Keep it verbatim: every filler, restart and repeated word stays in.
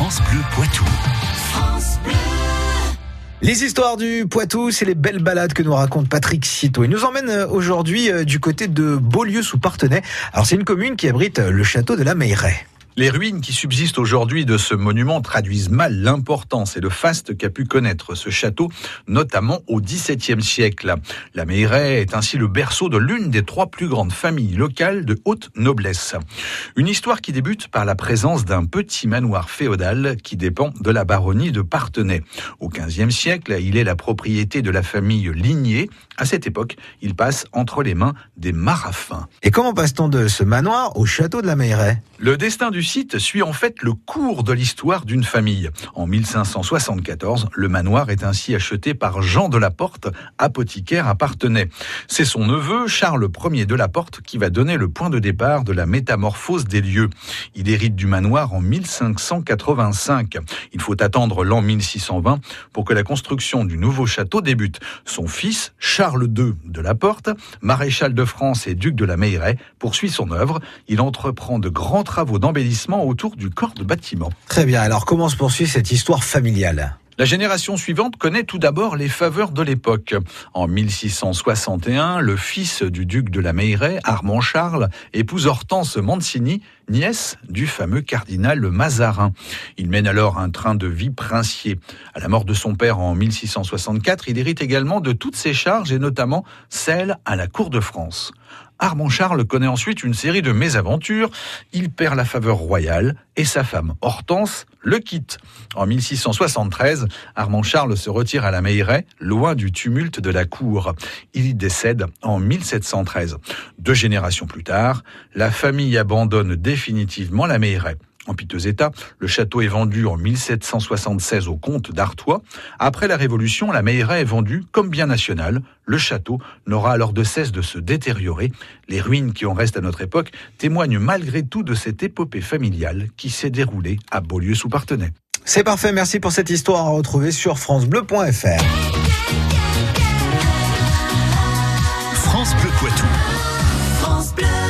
France Bleu Poitou. France Bleu. Les histoires du Poitou, c'est les belles balades que nous raconte Patrick Citeaux. Il nous emmène aujourd'hui du côté de Beaulieu-sous-Parthenay. Alors c'est une commune qui abrite le château de la Meilleraye. Les ruines qui subsistent aujourd'hui de ce monument traduisent mal l'importance et le faste qu'a pu connaître ce château, notamment au dix-septième siècle. La Meilleraye est ainsi le berceau de l'une des trois plus grandes familles locales de haute noblesse. Une histoire qui débute par la présence d'un petit manoir féodal qui dépend de la baronnie de Parthenay. Au quinzième siècle, il est la propriété de la famille Ligné. À cette époque, il passe entre les mains des Marafins. Et comment passe-t-on de ce manoir au château de la Meilleraye ? Le destin du site suit en fait le cours de l'histoire d'une famille. En mille cinq cent soixante-quatorze, le manoir est ainsi acheté par Jean de la Porte, apothicaire à Parthenay. C'est son neveu, Charles Ier de la Porte, qui va donner le point de départ de la métamorphose des lieux. Il hérite du manoir en mille cinq cent quatre-vingt-cinq. Il faut attendre l'an mille six cent vingt pour que la construction du nouveau château débute. Son fils, Charles deux de la Porte, maréchal de France et duc de la Meilleraye, poursuit son œuvre. Il entreprend de grands travaux d'embellissement autour du corps de bâtiment. Très bien, alors comment se poursuit cette histoire familiale ? La génération suivante connaît tout d'abord les faveurs de l'époque. En mille six cent soixante et un, le fils du duc de la Meilleraye, Armand Charles, épouse Hortense Mancini, nièce du fameux cardinal Mazarin. Il mène alors un train de vie princier. À la mort de son père en mille six cent soixante-quatre, il hérite également de toutes ses charges et notamment celles à la cour de France. Armand Charles connaît ensuite une série de mésaventures. Il perd la faveur royale et sa femme Hortense le quitte. En mille six cent soixante-treize, Armand Charles se retire à la Meilleraye, loin du tumulte de la cour. Il y décède en mille sept cent treize. Deux générations plus tard, la famille abandonne définitivement la Meilleraye. En piteux état, le château est vendu en mille sept cent soixante-seize au comte d'Artois. Après la Révolution, la Meilleraye est vendue comme bien national. Le château n'aura alors de cesse de se détériorer. Les ruines qui en restent à notre époque témoignent malgré tout de cette épopée familiale qui s'est déroulée à Beaulieu-sous-Parthenay. C'est parfait, merci pour cette histoire à retrouver sur francebleu point f r. France Bleu Poitou.